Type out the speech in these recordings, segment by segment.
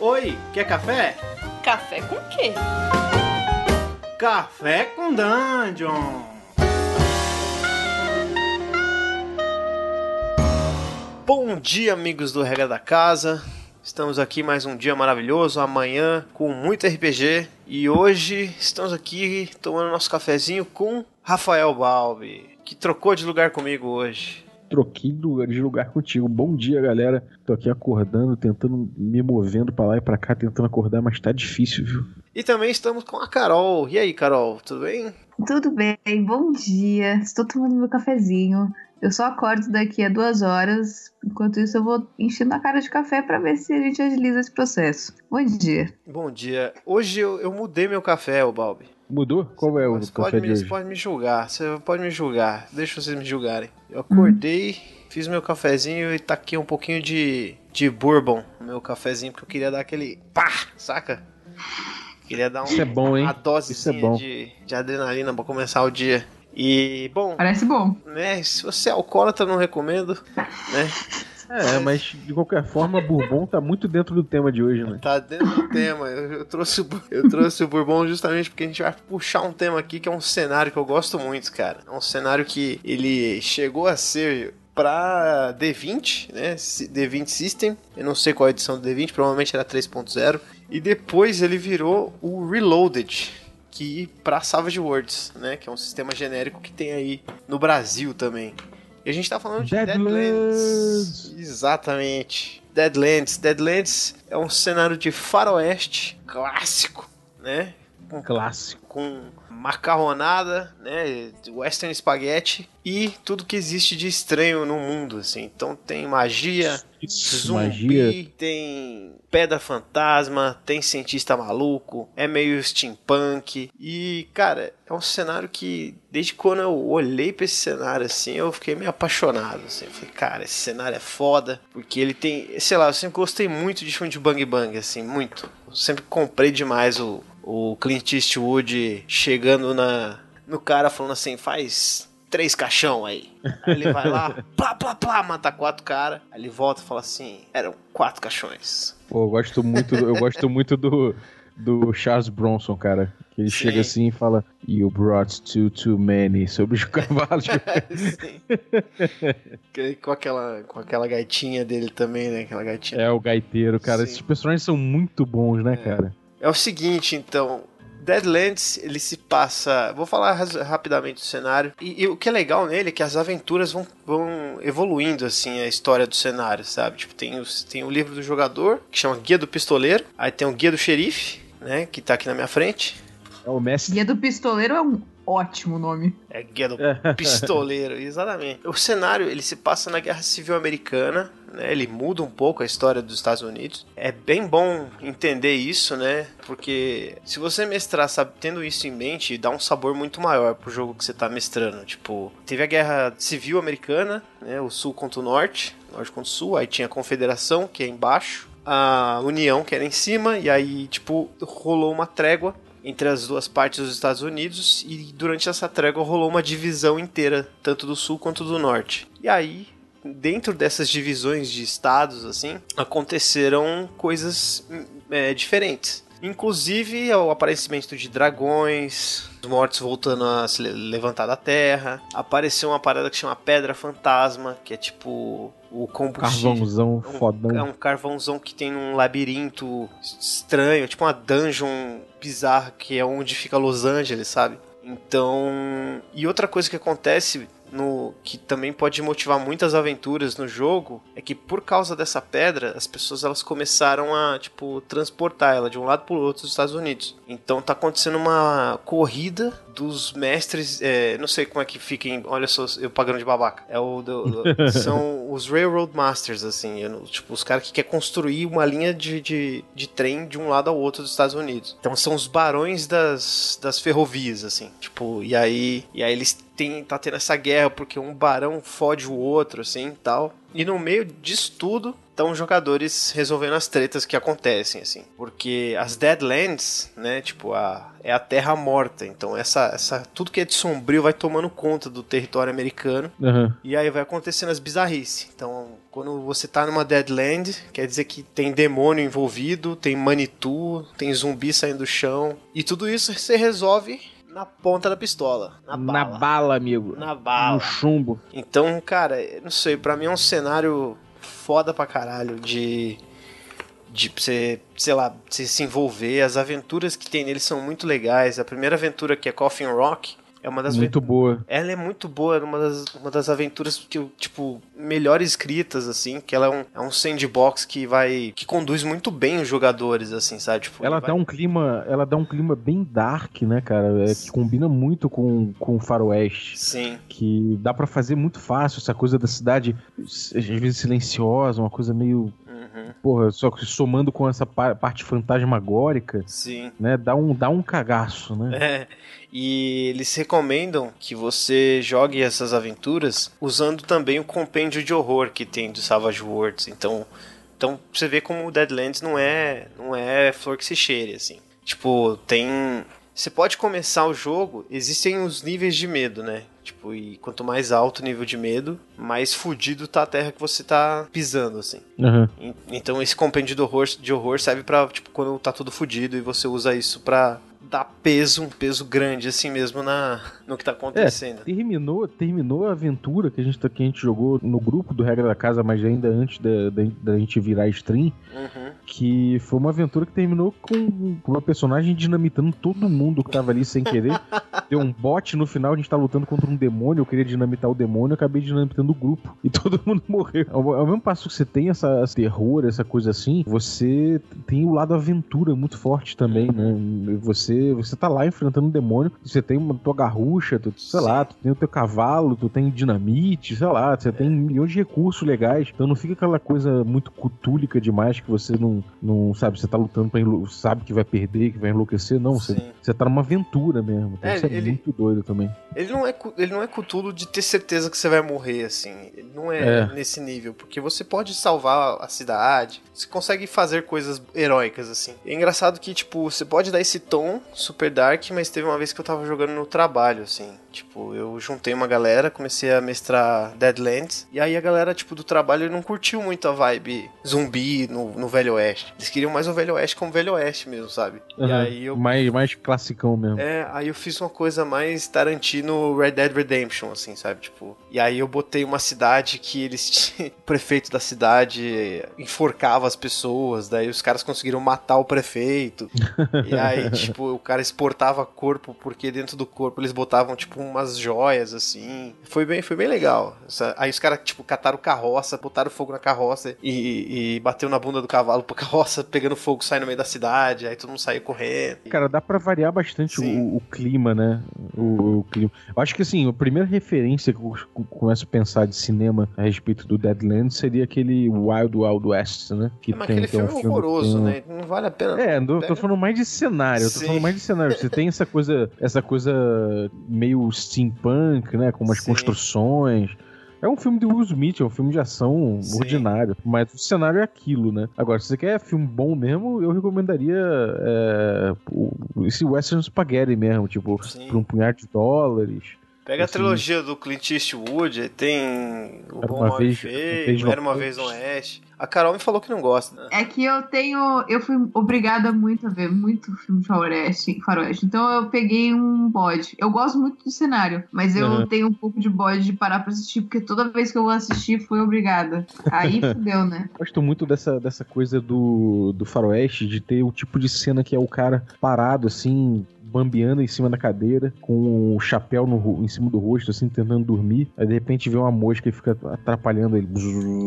Oi, quer café? Café com quê? Café com Dungeon! Bom dia, amigos do Regra da Casa. Estamos aqui mais um dia maravilhoso, amanhã com muito RPG. E hoje estamos aqui tomando nosso cafezinho com Rafael Balbi, que trocou de lugar comigo hoje. Troquei de lugar contigo. Bom dia, galera. Tô aqui acordando, tentando, me movendo pra lá e pra cá, tentando acordar, mas tá difícil, viu? E também estamos com a Carol. E aí, Carol, tudo bem? Tudo bem, bom dia. Estou tomando meu cafezinho. Eu só acordo daqui a 2 horas. Enquanto isso, eu vou enchendo a cara de café pra ver se a gente agiliza esse processo. Bom dia. Bom dia. Hoje eu mudei meu café, ô Balbi. Mudou? Qual é o café de hoje? Você pode me julgar, você pode me julgar. Deixa vocês me julgarem. Eu acordei, fiz meu cafezinho e taquei um pouquinho de bourbon no meu cafezinho, porque eu queria dar aquele pá, saca? Queria dar Isso é bom, hein? uma dosezinha de adrenalina pra começar o dia. E, bom... Parece bom. Né, se você é alcoólatra, não recomendo, né? Mas de qualquer forma, Bourbon tá muito dentro do tema de hoje, né? Tá dentro do tema. Eu trouxe o Bourbon justamente porque a gente vai puxar um tema aqui que é um cenário que eu gosto muito, cara. É um cenário que ele chegou a ser pra D20, né? D20 System. Eu não sei qual é a edição do D20, provavelmente era 3.0. E depois ele virou o Reloaded, que pra Savage Worlds, né? Que é um sistema genérico que tem aí no Brasil também. E a gente tá falando de Deadlands. Exatamente. Deadlands é um cenário de faroeste clássico, né? Clássico. Com macarronada, né? Western Spaghetti e tudo que existe de estranho no mundo, assim. Então tem magia, zumbi, tem pedra fantasma, tem cientista maluco, é meio steampunk. E, cara, é um cenário que, desde quando eu olhei pra esse cenário, assim, eu fiquei meio apaixonado, assim. Eu falei, cara, esse cenário é foda, porque ele tem, sei lá, eu sempre gostei muito de filme de Bang Bang, assim, muito. Eu sempre comprei demais o Clint Eastwood chegando no cara falando assim, faz 3 caixão aí. Aí ele vai lá, plá, plá, plá, mata 4 caras. Aí ele volta e fala assim, eram 4 caixões. Pô, eu gosto muito do Charles Bronson, cara. Que ele chega assim e fala, "You brought too many", sobre os cavalos. Sim. com aquela gaitinha dele também, né? Aquela gaitinha. É, o gaiteiro, cara. Sim. Esses personagens são muito bons, né, cara? É o seguinte, então, Deadlands, ele se passa... Vou falar rapidamente do cenário. E o que é legal nele é que as aventuras vão evoluindo, assim, a história do cenário, sabe? Tipo, tem o livro do jogador, que chama Guia do Pistoleiro. Aí tem o Guia do Xerife, né? Que tá aqui na minha frente. É o mestre. Guia do Pistoleiro é um ótimo nome. É Guia do Pistoleiro, exatamente. O cenário, ele se passa na Guerra Civil Americana, né? Ele muda um pouco a história dos Estados Unidos. É bem bom entender isso, né? Porque se você mestrar, sabe, tendo isso em mente, dá um sabor muito maior pro jogo que você tá mestrando. Tipo, teve a Guerra Civil Americana, né? O Sul contra o Norte contra o Sul. Aí tinha a Confederação, que é embaixo. A União, que era em cima. E aí, tipo, rolou uma trégua entre as duas partes dos Estados Unidos, e durante essa trégua rolou uma divisão inteira, tanto do sul quanto do norte. E aí, dentro dessas divisões de estados, assim, aconteceram coisas diferentes. Inclusive o aparecimento de dragões, os mortos voltando a se levantar da terra. Apareceu uma parada que chama Pedra Fantasma, que é tipo o combustível. Carvãozão fodão. É um carvãozão que tem um labirinto estranho, tipo uma dungeon bizarra, que é onde fica Los Angeles, sabe? Então... E outra coisa que acontece... que também pode motivar muitas aventuras no jogo, é que por causa dessa pedra, as pessoas elas começaram a, tipo, transportar ela de um lado pro outro dos Estados Unidos. Então tá acontecendo uma corrida dos mestres, não sei como é que fica, olha só, eu pagando de babaca. São os Railroad Masters, assim, tipo, os caras que querem construir uma linha de trem de um lado ao outro dos Estados Unidos. Então são os barões das ferrovias, assim, tipo, e aí eles tá tendo essa guerra porque um barão fode o outro, assim, tal. E no meio disso tudo, estão os jogadores resolvendo as tretas que acontecem, assim. Porque as Deadlands, né, tipo, é a terra morta. Então tudo que é de sombrio vai tomando conta do território americano. Uhum. E aí vai acontecendo as bizarrices. Então, quando você tá numa Deadland, quer dizer que tem demônio envolvido, tem Manitou, tem zumbi saindo do chão. E tudo isso você resolve na ponta da pistola. Na bala, amigo. Na bala. No chumbo. Então, cara, não sei, pra mim é um cenário foda pra caralho de você, sei lá, você se envolver. As aventuras que tem nele são muito legais. A primeira aventura, que é Coffin Rock, é uma das muito boa. Ela é muito boa, uma das aventuras que eu, tipo, melhor escritas, assim, que ela é um sandbox que conduz muito bem os jogadores, assim, sabe? Tipo, ela dá um clima bem dark, né, cara? Que combina muito com o faroeste. Sim. Que dá pra fazer muito fácil essa coisa da cidade, às vezes silenciosa, uma coisa meio... Porra, só que somando com essa parte fantasmagórica, sim, né, dá um cagaço, né? E eles recomendam que você jogue essas aventuras usando também o compêndio de horror que tem do Savage Worlds. Então você vê como o Deadlands não é flor que se cheire, assim. Tipo, você pode começar o jogo, existem os níveis de medo, né? Tipo, e quanto mais alto o nível de medo, mais fudido tá a terra que você tá pisando, assim. Uhum. Então esse compêndio de horror serve pra, tipo, quando tá tudo fudido e você usa isso pra dar um peso grande, assim mesmo, no que tá acontecendo. Terminou a aventura que a gente jogou no grupo do Regra da Casa, mas ainda antes da gente virar stream, que foi uma aventura que terminou com uma personagem dinamitando todo mundo que tava ali sem querer. Deu um bote no final, a gente tá lutando contra um demônio, eu queria dinamitar o demônio, eu acabei dinamitando o grupo e todo mundo morreu. Ao mesmo passo que você tem esse terror, essa coisa assim, você tem o lado aventura muito forte também, né? Você tá lá enfrentando um demônio, você tem uma tua garrucha, sei lá, tu tem o teu cavalo, tu tem dinamite, sei lá, você tem milhões de recursos legais, então não fica aquela coisa muito cutúlica demais que você não sabe, você tá lutando sabe que vai perder, que vai enlouquecer, não, você tá numa aventura mesmo, então isso é muito doido também. Ele não é Cthulhu de ter certeza que você vai morrer, assim, ele não é nesse nível, porque você pode salvar a cidade, você consegue fazer coisas heróicas, assim. É engraçado que, tipo, você pode dar esse tom super dark, mas teve uma vez que eu tava jogando no trabalho, assim. Tipo, eu juntei uma galera, comecei a mestrar Deadlands, e aí a galera, tipo, do trabalho não curtiu muito a vibe zumbi no Velho Oeste. Eles queriam mais o Velho Oeste como Velho Oeste mesmo, sabe? Uhum. E aí eu... Mais classicão mesmo. Aí eu fiz uma coisa mais Tarantino Red Dead Redemption, assim, sabe? Tipo, e aí eu botei uma cidade que eles o prefeito da cidade enforcava as pessoas, daí os caras conseguiram matar o prefeito. E aí, tipo, o cara exportava corpo porque dentro do corpo eles botavam, tipo, umas joias, assim. Foi bem legal. Aí os caras, tipo, cataram carroça, botaram fogo na carroça e bateu na bunda do cavalo pra carroça pegando fogo, sai no meio da cidade, aí todo mundo saiu correndo. Cara, dá pra variar bastante o clima, né? O clima. Eu acho que, assim, a primeira referência que eu começo a pensar de cinema a respeito do Deadlands seria aquele Wild Wild West, né? Mas aquele filme é horroroso, né? Não vale a pena. Tô falando mais de cenário. Você tem essa coisa meio steampunk, né? Com umas construções. É um filme de Will Smith, é um filme de ação ordinário, mas o cenário é aquilo, né? Agora, se você quer filme bom mesmo, eu recomendaria esse Western Spaghetti mesmo, tipo, por $1 Pega a trilogia do Clint Eastwood, tem O Bom, Mal e Feio, Era Uma Vez no Oeste. A Carol me falou que não gosta. É que eu fui obrigada muito a ver muito filme de faroeste. Então eu peguei um bode. Eu gosto muito do cenário, mas eu tenho um pouco de bode de parar pra assistir, porque toda vez que eu vou assistir, fui obrigada. Aí fudeu, né? Gosto muito dessa coisa do faroeste, de ter o tipo de cena que é o cara parado, assim, bambeando em cima da cadeira, com o chapéu em cima do rosto, assim, tentando dormir. Aí, de repente, vê uma mosca e fica atrapalhando ele.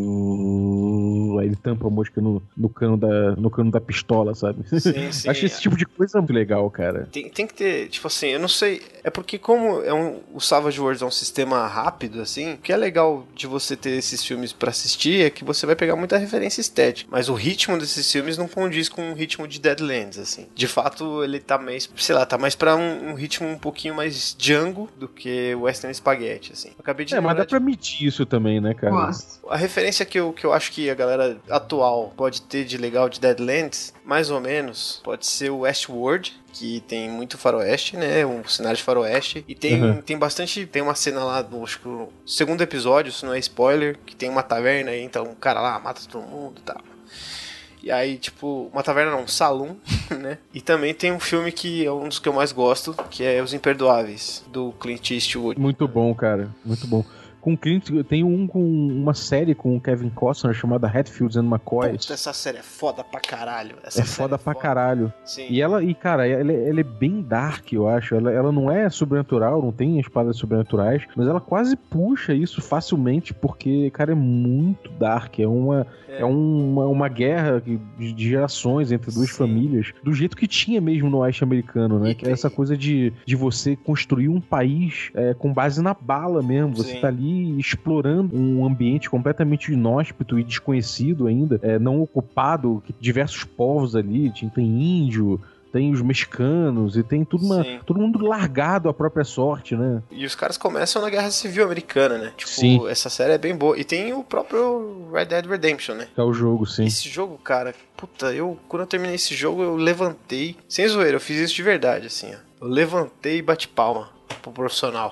Aí ele tampa a mosca no cano da pistola, sabe? Sim. Acho esse tipo de coisa muito legal, cara. Tem que ter, tipo assim, eu não sei... É porque como o Savage Worlds é um sistema rápido, assim, o que é legal de você ter esses filmes pra assistir é que você vai pegar muita referência estética. Mas o ritmo desses filmes não condiz com o ritmo de Deadlands, assim. De fato, ele tá meio, sei lá, tá mais pra um ritmo um pouquinho mais Django do que Western Spaghetti, assim. Eu acabei de mas dá pra medir isso também, né, cara? Gosto. A referência que eu acho que a galera atual pode ter de legal de Deadlands, mais ou menos, pode ser o Westworld, que tem muito faroeste, né? Um cenário de faroeste. E tem bastante... Tem uma cena lá, acho que o segundo episódio, isso não é spoiler, que tem uma taverna e então um cara lá mata todo mundo e tal. E aí, tipo, uma taverna não, um salão, né? E também tem um filme que é um dos que eu mais gosto, que é Os Imperdoáveis, do Clint Eastwood. Muito bom, cara. Muito bom. Com Clint, tem com uma série com o Kevin Costner chamada Hatfields and McCoy. Puta, essa série é foda pra caralho. Foda pra caralho. Sim. Cara, ela é bem dark, eu acho. Ela não é sobrenatural, não tem espadas sobrenaturais, mas ela quase puxa isso facilmente, porque, cara, é muito dark. É uma guerra de gerações entre duas famílias, do jeito que tinha mesmo no oeste americano, né? Que é essa coisa de você construir um país com base na bala mesmo. Você tá ali explorando um ambiente completamente inóspito e desconhecido ainda, não ocupado, diversos povos ali, tem índio, tem os mexicanos e tem todo mundo largado à própria sorte, né? E os caras começam na Guerra Civil Americana, né? Tipo, sim. Essa série é bem boa. E tem o próprio Red Dead Redemption, né? É o jogo, sim. Esse jogo, cara, puta, quando eu terminei esse jogo, eu levantei, sem zoeira, eu fiz isso de verdade, assim, ó. Eu levantei e bati palma pro profissional.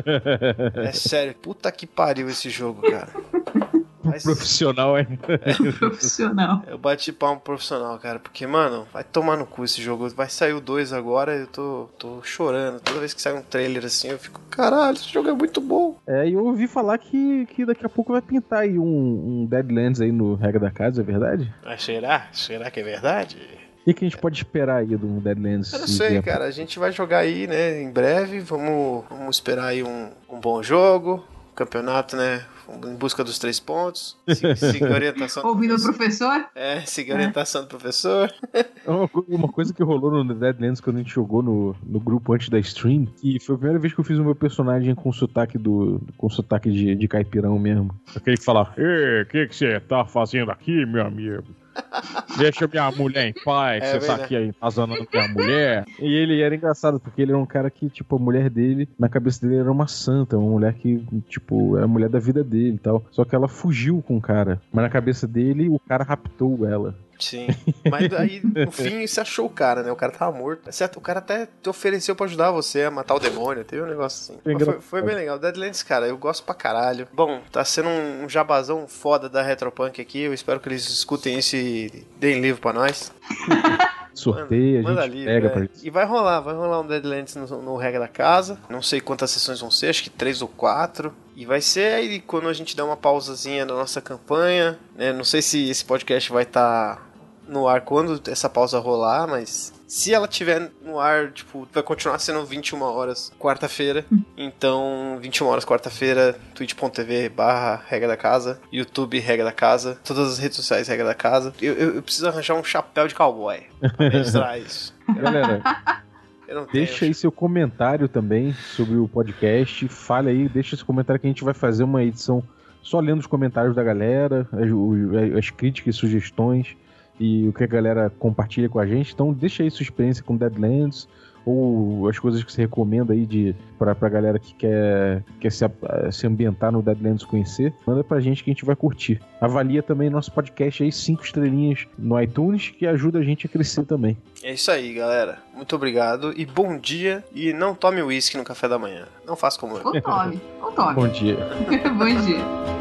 É sério, puta que pariu esse jogo, cara. Profissional, Profissional. Eu bati palma profissional, cara, porque, mano, vai tomar no cu esse jogo. Vai sair o 2 agora, eu tô chorando. Toda vez que sai um trailer assim, eu fico, caralho, esse jogo é muito bom. E eu ouvi falar que daqui a pouco vai pintar aí um Deadlands aí no Regra da Casa, é verdade? Mas será? Será que é verdade? O que a gente pode esperar aí do Deadlands? Eu não sei, cara. A gente vai jogar aí, né, em breve. Vamos esperar aí um bom jogo. Campeonato, né? Em busca dos 3 pontos. Seguir a orientação do Ouvindo o professor? Seguir a orientação do professor. Uma coisa que rolou no Deadlands quando a gente jogou no grupo antes da stream, que foi a primeira vez que eu fiz o meu personagem com sotaque de caipirão mesmo. Aquele que fala, o que você tá fazendo aqui, meu amigo? Deixa minha mulher em paz, você tá aqui atazanando minha mulher. E ele era engraçado, porque ele era um cara que, tipo, a mulher dele, na cabeça dele era uma santa, uma mulher que, tipo, era a mulher da vida dele e tal. Só que ela fugiu com o cara. Mas na cabeça dele, o cara raptou ela. Sim, mas aí no fim você achou o cara, né? O cara tava morto. Certo? O cara até te ofereceu pra ajudar você a matar o demônio. Teve um negócio assim. Foi bem legal. Deadlands, cara, eu gosto pra caralho. Bom, tá sendo um jabazão foda da Retropunk aqui. Eu espero que eles escutem isso e deem livro pra nós. Sorteia, a gente livro, pega pra isso. E vai rolar um Deadlands no Regra da Casa. Não sei quantas sessões vão ser, acho que 3 ou 4. E vai ser aí quando a gente der uma pausazinha na nossa campanha, né? Não sei se esse podcast vai estar no ar quando essa pausa rolar, mas se ela tiver no ar, tipo, vai continuar sendo 21 horas quarta-feira. Então, 21 horas quarta-feira, twitch.tv/Regra da Casa, YouTube Regra da Casa, todas as redes sociais Regra da Casa. Eu preciso arranjar um chapéu de cowboy pra registrar isso. Galera, deixa aí seu comentário também sobre o podcast. Fale aí, deixa esse comentário que a gente vai fazer uma edição só lendo os comentários da galera, as críticas e sugestões e o que a galera compartilha com a gente. Então deixa aí sua experiência com Deadlands ou as coisas que você recomenda aí pra galera que quer se ambientar no Deadlands, conhecer. Manda pra gente que a gente vai curtir. Avalia também nosso podcast aí 5 estrelinhas no iTunes, que ajuda a gente a crescer também. É isso aí, galera. Muito obrigado e bom dia. E não tome uísque no café da manhã. Não faça como eu. Ou tome. Bom dia. Bom dia.